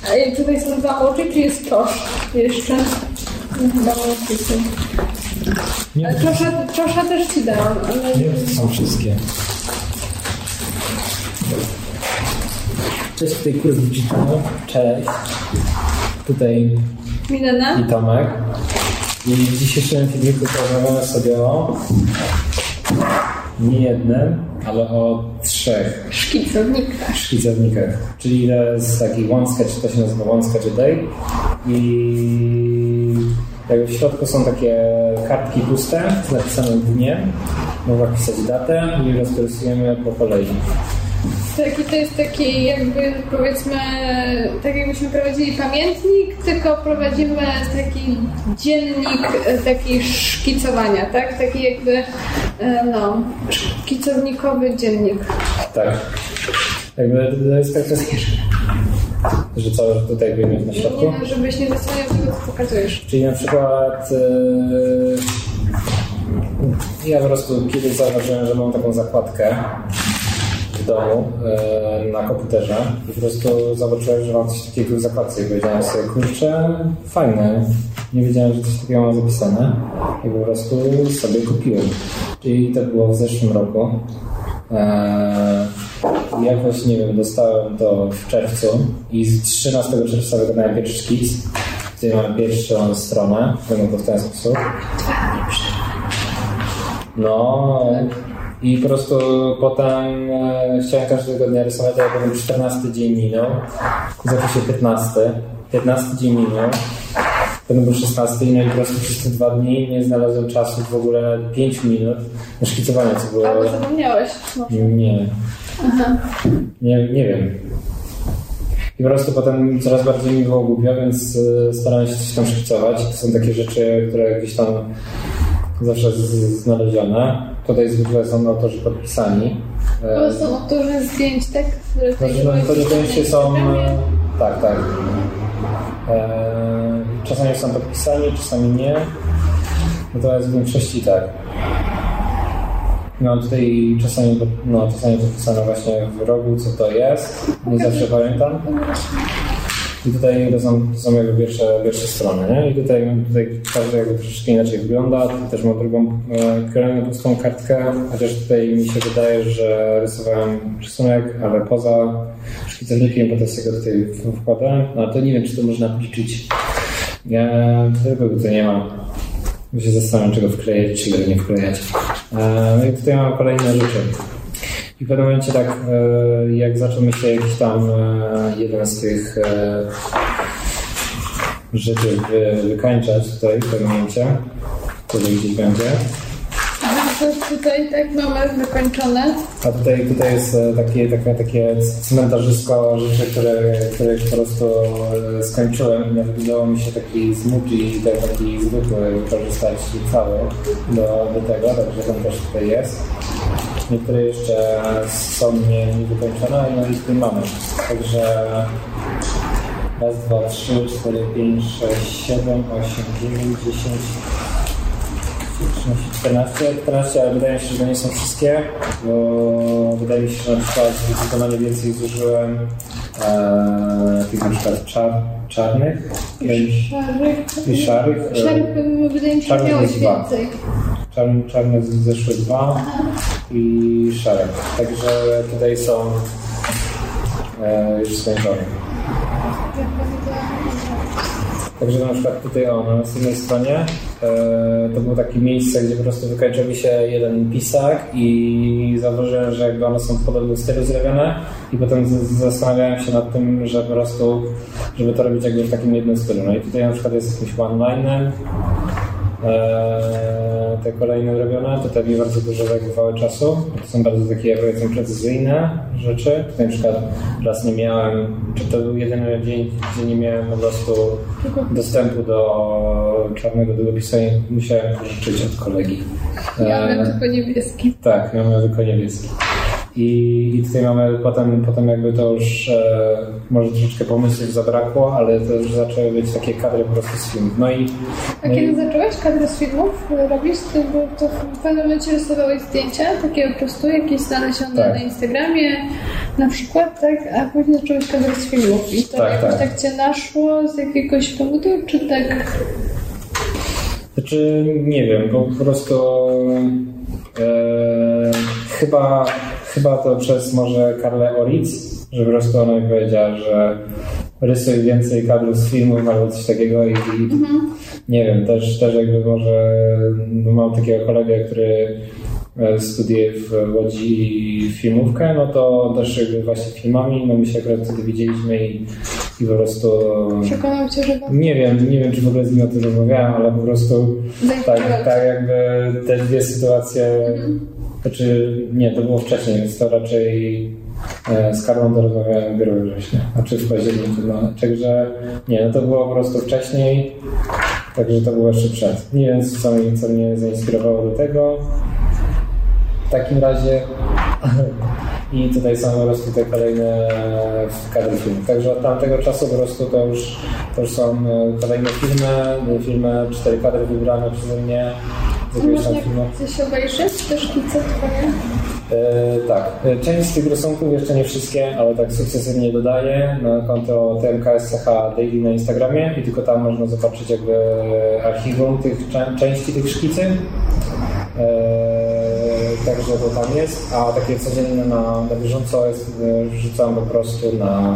A tutaj są 2 oczy, czy jest czosz jeszcze? Chyba oczy są. Czosza też ci dałam, ale... Nie, są wszystkie. Cześć, tutaj kurs Digital. Cześć. Tutaj Milena? i Tomek. I w dzisiejszym filmiku porozmawiamy sobie o nie jednym, ale o 3 szkicownikach. Czyli to jest taki one sketch, to się nazywa one sketch a day. I jakby w środku są takie kartki puste z napisanym dniem. Można wpisać datę i rozpisujemy po kolei. Taki to jest taki jakby powiedzmy, tak jakbyśmy prowadzili pamiętnik, tylko prowadzimy taki dziennik taki szkicowania, tak? Taki jakby szkicownikowy dziennik. Tak. Jakby to jest tak, że co tutaj wyjmiesz na środku? Nie, żebyś nie zasłaniał tego, co pokazujesz. Czyli na przykład ja po prostu kiedyś zauważyłem, że mam taką zakładkę w domu na komputerze i po prostu zobaczyłem, że mam coś takiego w zakładce i powiedziałem sobie, kurczę, fajne. Nie wiedziałem, że coś takiego mam zapisane i po prostu sobie kupiłem. Czyli to było w zeszłym roku. Jakoś, nie wiem, dostałem to w czerwcu i z 13 czerwca wykonałem pierwszy szkic. Tutaj mamy pierwszą stronę, wygląda to w ten sposób. No i po prostu potem chciałem każdego dnia rysować, ale potem 14 dzień minął, zaczął się 15 dzień minął, potem był 16 no i po prostu przez te 2 dni nie znalazłem czasu w ogóle 5 minut na szkicowanie, co było... Albo zapomniałeś? Nie. Aha. Nie wiem. I po prostu potem coraz bardziej mi było głupio, więc starałem się coś tam szkicować. To są takie rzeczy, które gdzieś tam zawsze znalezione. Tutaj zwykle są autorzy podpisani. To są autorzy zdjęć, tak? To niekoniecznie są... Tak. Czasami są podpisani, czasami nie. Natomiast w większości tak. No tutaj czasami podpisane właśnie w rogu, co to jest. Nie zawsze pamiętam. I tutaj to są jakby pierwsze strony, nie? I tutaj każdy jakby troszeczkę inaczej wygląda. Tu też mam drugą kolejną pustą kartkę, chociaż tutaj mi się wydaje, że rysowałem rysunek, ale poza szkicownikiem, potem sobie go tutaj wkładałem. No ale to nie wiem, czy to można policzyć. Ja tego tu nie mam. Bo się zastanawiam, czego wklejać, czego nie wklejać. No i tutaj mam kolejne rzeczy. I w pewnym momencie tak, jak zaczął mi się jakiś tam jeden z tych rzeczy wykańczać tutaj w pewnym momencie, który gdzieś będzie. Tutaj tak mamy wykończone. A tutaj jest takie cmentarzysko rzeczy, które po prostu skończyłem i nawet udało mi się taki smoothie, taki zwykły wykorzystać cały do tego, także on też tutaj jest. Niektóre jeszcze są niewykończone, no i tutaj mamy. Także 1, 2, 3, 4, 5, 6, 7, 8, 9, 10, 14, ale wydaje mi się, że to nie są wszystkie, bo wydaje mi się, że na przykład zdecydowanie więcej zużyłem tych na przykład czarnych i szarych. Szarych wydaje mi się, że miałeś więcej. Czarne zeszły 2 i szare. Także tutaj są już skończone. Także na przykład tutaj na następnej stronie to było takie miejsce, gdzie po prostu wykańczył mi się jeden pisak i zauważyłem, że jakby one są w podobnym stylu zrobione i potem zastanawiałem się nad tym, że po prostu, żeby to robić jakby w takim jednym stylu. No i tutaj na przykład jest jakimś one-liner, te kolejne robione, tutaj mi bardzo dużo zajmowało czasu. To są bardzo takie, powiedzmy, precyzyjne rzeczy. Tutaj na przykład raz nie miałem, czy to był jedyny dzień, gdzie nie miałem po prostu dostępu do czarnego długopisu i musiałem pożyczyć od kolegi. Ja miałem tylko niebieski. Tak, ja miałem tylko niebieski. I tutaj mamy potem jakby to już może troszeczkę pomysłów zabrakło, ale to już zaczęły być takie kadry po prostu z filmów. A kiedy zacząłeś kadry z filmów robić, to w pewnym momencie rysowałeś zdjęcia, takie po prostu jakieś znalezione na Instagramie na przykład, tak? A później zacząłeś kadry z filmów i to jakoś tak cię naszło z jakiegoś powodu, czy tak? Znaczy nie wiem, bo po prostu chyba to przez może Karlę Oritz, że po prostu ona mi powiedziała, że rysuj więcej kadrów z filmów albo coś takiego i nie wiem, też jakby może mam takiego kolegę, który studiuje w Łodzi filmówkę, no to też jakby właśnie filmami, no my się akurat wtedy widzieliśmy i po prostu... Przekonał cię, że... Nie wiem, czy w ogóle z nim o tym rozmawiałem, ale po prostu tak jakby te dwie sytuacje, znaczy nie, to było wcześniej, więc to raczej z Karlą to rozmawiałem dopiero we wrześniu, znaczy w październiku, no, także nie, no to było po prostu wcześniej, także to było jeszcze przed. Nie wiem, co mnie zainspirowało do tego. W takim razie i tutaj są po prostu te kolejne kadry filmów. Także od tamtego czasu po prostu to już są kolejne filmy, 4 kadry wybrane przeze mnie. Można coś obejrzeć, te szkice twoje? Tak. Część z tych rysunków, jeszcze nie wszystkie, ale tak sukcesywnie dodaję na konto TMKSCH Daily na Instagramie i tylko tam można zobaczyć jakby archiwum tych części tych szkicy. Także to tam jest, a takie codzienne na bieżąco wrzucam po prostu na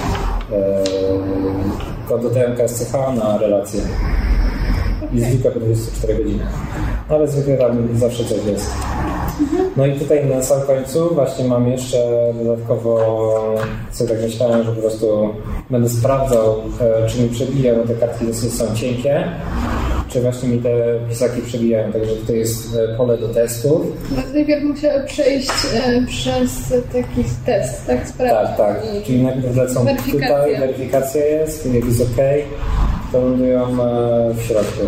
konto TMKSCH na relacje. I zwykle po 24 godziny. Ale zwykle tam zawsze coś jest. No i tutaj na samym końcu właśnie mam jeszcze dodatkowo, sobie tak myślałem, że po prostu będę sprawdzał, czy mi przebija, bo te kartki dosyć są cienkie, czy właśnie mi te pisaki przebijają. Także tutaj jest pole do testów. Najpierw musiałem przejść przez taki test, tak? Sprawdzić. Tak. Czyli najpierw lecą tutaj, weryfikacja jest, jak jest OK, to lądują w środku.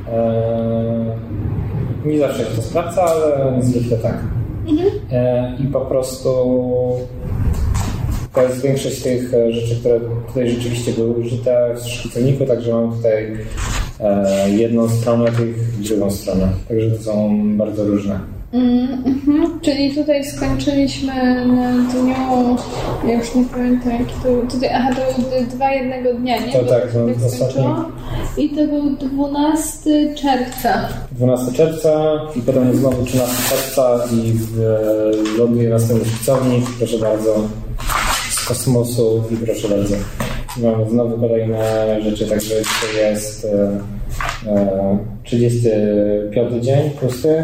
Nie zawsze się to sprawdza, ale zwykle tak. I po prostu to jest większość tych rzeczy, które tutaj rzeczywiście były użyte w szkicowniku, także mam tutaj jedną stronę tych, drugą stronę. Także to są bardzo różne. Czyli tutaj skończyliśmy na dniu, ja już nie pamiętam jaki to był, tutaj, to był 2 jednego dnia, nie? To tak, ostatni. I to był 12 czerwca. 12 czerwca i potem jest znowu 13 czerwca i ląduje następny szkicownik, proszę bardzo, z kosmosu i proszę bardzo. Mamy znowu kolejne rzeczy, także to jest 35 dzień pusty.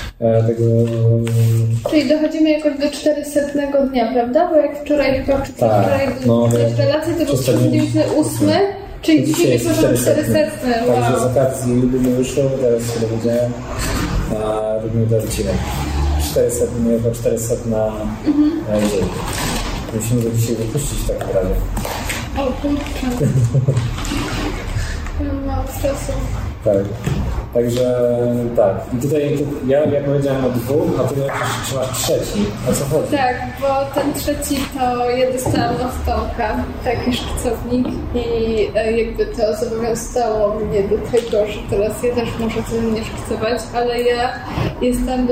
Czyli dochodzimy jakoś do 400 dnia, prawda? Bo jak wczoraj chyba wczoraj relacje, to był 38, czyli dzisiaj jest 400. Wow. Także z okazji jubileuszu, teraz się dowiedziałem, robimy to odcinek. 400 na dzień. Musimy go dzisiaj wypuścić w takim razie. O kurczę. Mało stresu. Tak. Także tak. I tutaj ja powiedziałem o 2, a ty trzymasz trzeci. O co chodzi? Tak, bo ten trzeci to ja dostałam od Tomka taki szkicownik i jakby to zobowiązało mnie do tego, że teraz ja też muszę codziennie szkicować, ale ja jestem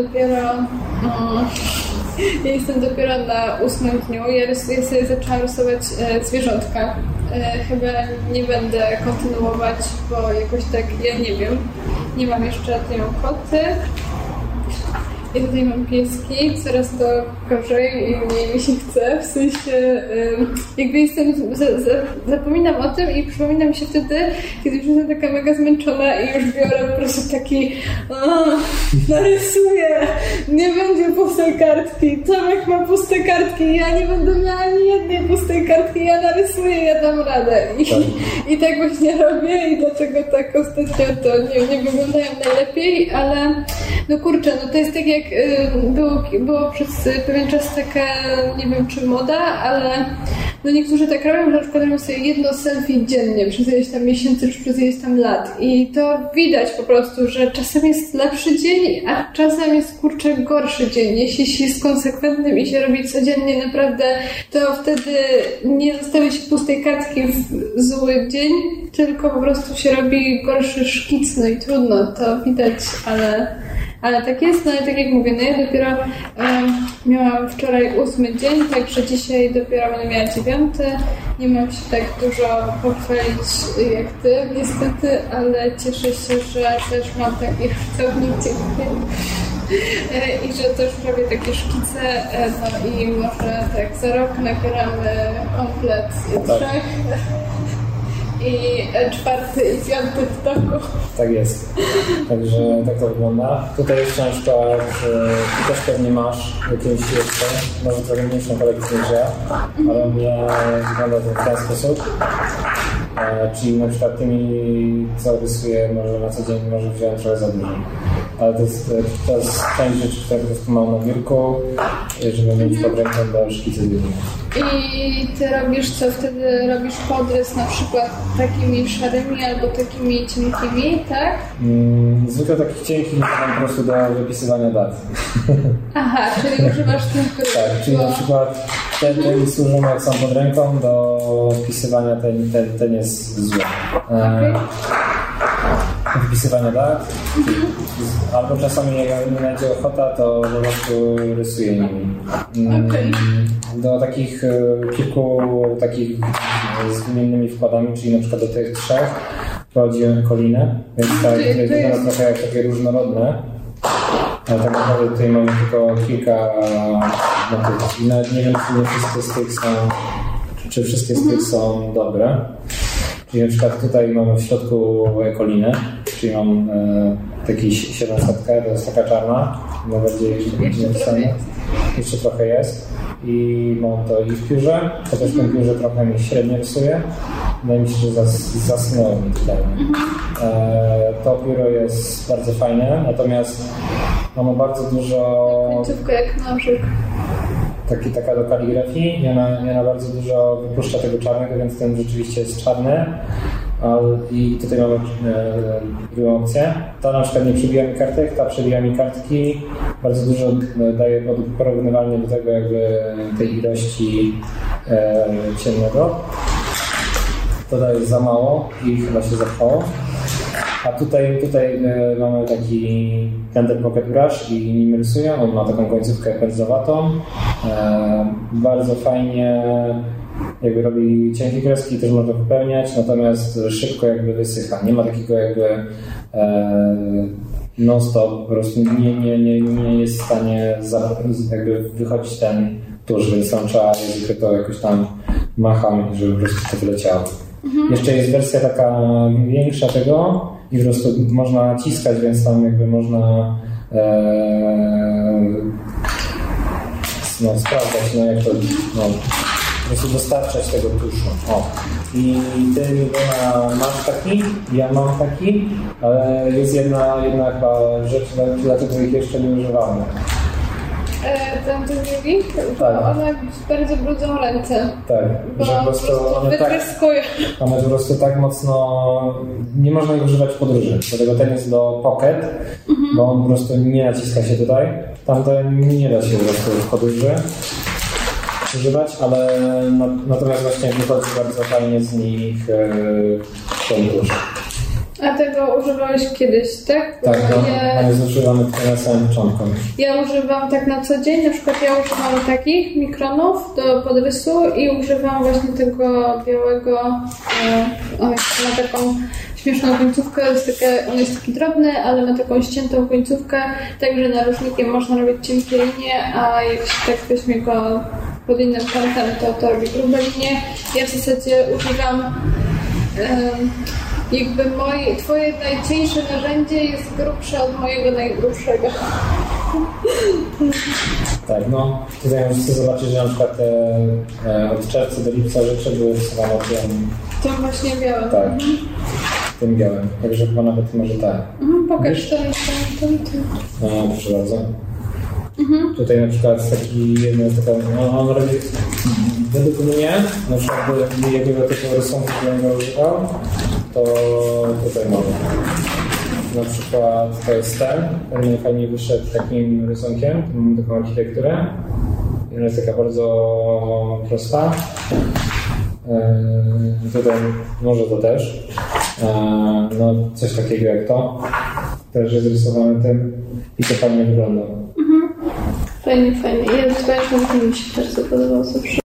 dopiero na 8 dniu. Ja sobie zaczęłam rysować zwierzątka. Chyba nie będę kontynuować, bo jakoś tak, ja nie wiem, nie mam jeszcze tej koty. I tutaj mam pieski, coraz to gorzej i mniej mi się chce, w sensie jakby zapominam o tym i przypomina mi się wtedy, kiedy już jestem taka mega zmęczona i już biorę po prostu taki narysuję, nie będzie pustej kartki, Tomek ma puste kartki, ja nie będę miała ani jednej pustej kartki, ja narysuję, ja dam radę i tak właśnie robię i dlatego tak ostatnio to nie wyglądają najlepiej, ale no kurczę, no to jest tak jak było przez pewien czas taka, nie wiem czy moda, ale no niektórzy tak robią, że na przykład robią sobie jedno selfie dziennie przez ileś tam miesięcy czy przez ileś tam lat i to widać po prostu, że czasem jest lepszy dzień, a czasem jest kurczę gorszy dzień. Jeśli się jest konsekwentnym i się robi codziennie naprawdę, to wtedy nie zostawia się pustej kartki w zły dzień, tylko po prostu się robi gorszy szkic, no i trudno, to widać, ale tak jest, no i tak jak mówię, no ja dopiero miałam wczoraj 8 dzień, także dzisiaj dopiero będę miała 9. Nie mam się tak dużo pochwalić jak ty, niestety, ale cieszę się, że też mam takich pracowników i że też robię takie szkice, no i może tak za rok nabieramy komplet 3. I 4. i 5. w toku. Tak jest. Także tak to wygląda. Tutaj jeszcze na przykład ty też pewnie masz jakieś jeszcze, może trochę mniejszą kolekcję niż ja, ale u mnie wygląda to w ten sposób. Czyli na przykład tymi, co rysuję, może na co dzień może wziąłem trochę za dużo. Ale to jest część rzeczy, które po prostu mam na biurku, żeby mieć pod ręką do szkicy dyni. I ty robisz co wtedy? Robisz podrys na przykład takimi szarymi albo takimi cienkimi, tak? Zwykle takich cienkich mam po prostu do wypisywania dat. Aha, czyli używasz tylko... Tak, czyli na przykład ten służą jak są pod ręką do wpisywania, ten jest zły. Wpisywania dat. Albo czasami jak mi będzie ochota, to po prostu rysuję nimi. Do takich kilku takich z wymiennymi wkładami, czyli na przykład do tych 3 wprowadziłem kolinę, więc to jest trochę jak takie różnorodne. Ale tak naprawdę tutaj mamy tylko kilka motywów. I nawet nie wiem, czy nie wszystkie z tych są, czy wszystkie z tych są dobre. Czyli na przykład tutaj mamy w środku kolinę, czyli mam taki 700, to jest taka czarna, bardziej jeszcze trochę jest. I mam to i w piórze, chociaż w tym piórze trochę mi średnio rysuje. Wydaje mi się, że zasnęło mi tutaj. To pióro jest bardzo fajne, natomiast mamy bardzo dużo... Końcówka jak nożyk. Taka do kaligrafii i ona bardzo dużo wypuszcza tego czarnego, więc ten rzeczywiście jest czarny. I tutaj mamy drugą opcję. Ta na przykład nie przebija mi kartek, ta przebija mi kartki. Bardzo dużo daje porównywalnie do tego jakby tej ilości ciemnego. To daje za mało i chyba się zapchało. A tutaj mamy taki Blender Pocket Brush i nim rysuję. On ma taką końcówkę pędzlowatą. Bardzo fajnie jakby robi cienkie kreski, też można wypełniać, natomiast szybko jakby wysycha. Nie ma takiego jakby non-stop, po prostu nie jest w stanie jakby wychodzić ten tusz, więc tam trzeba to jakoś tam macham, żeby po prostu to wyleciało. Jeszcze jest wersja taka większa tego i po prostu można naciskać, więc tam jakby można sprawdzać, jak to po prostu dostarczać tego tuszu. I ty masz taki, ja mam taki, ale jest jedna chyba rzecz, dlatego ich jeszcze nie używamy. Ten drugi? Tak. One bardzo brudzą ręce. Tak, że po prostu one po prostu tak mocno nie można ich używać w podróży. Dlatego ten jest do pocket, bo on po prostu nie naciska się tutaj. Tamten nie da się po prostu w podróży używać, ale natomiast właśnie wychodzi bardzo fajnie z nich podróż. A tego używałeś kiedyś, tak? Tak, on jest używany na samym początku. Ja używam tak na co dzień, na przykład ja używam takich mikronów do podrysu i używam właśnie tego białego, on ma taką śmieszną końcówkę, on jest taki drobny, ale ma taką ściętą końcówkę, także narożnikiem można robić cienkie linie, a jak się tak weźmie go pod innym kątem, to robi grube linie. Ja w zasadzie używam jakby twoje najcieńsze narzędzie jest grubsze od mojego najgrubszego. Tak, tutaj możecie zobaczyć, że na przykład od czerwca do lipca rzeczy były rysowane tym właśnie białym. Tak, tym białym. Także chyba nawet może tak. Pokaż to. Proszę bardzo. Tutaj na przykład on robi, według mnie, na przykład jakiego typu rysunku będę używał, to tutaj mamy. Na przykład to jest ten fajnie wyszedł takim rysunkiem, mamy taką architekturę. I ona jest taka bardzo prosta. Tutaj może to też. No coś takiego jak to. Też jest rysowane tym i to fajnie wygląda. Fajnie. Ja pamiętam, że mi się też to podobało zawsze.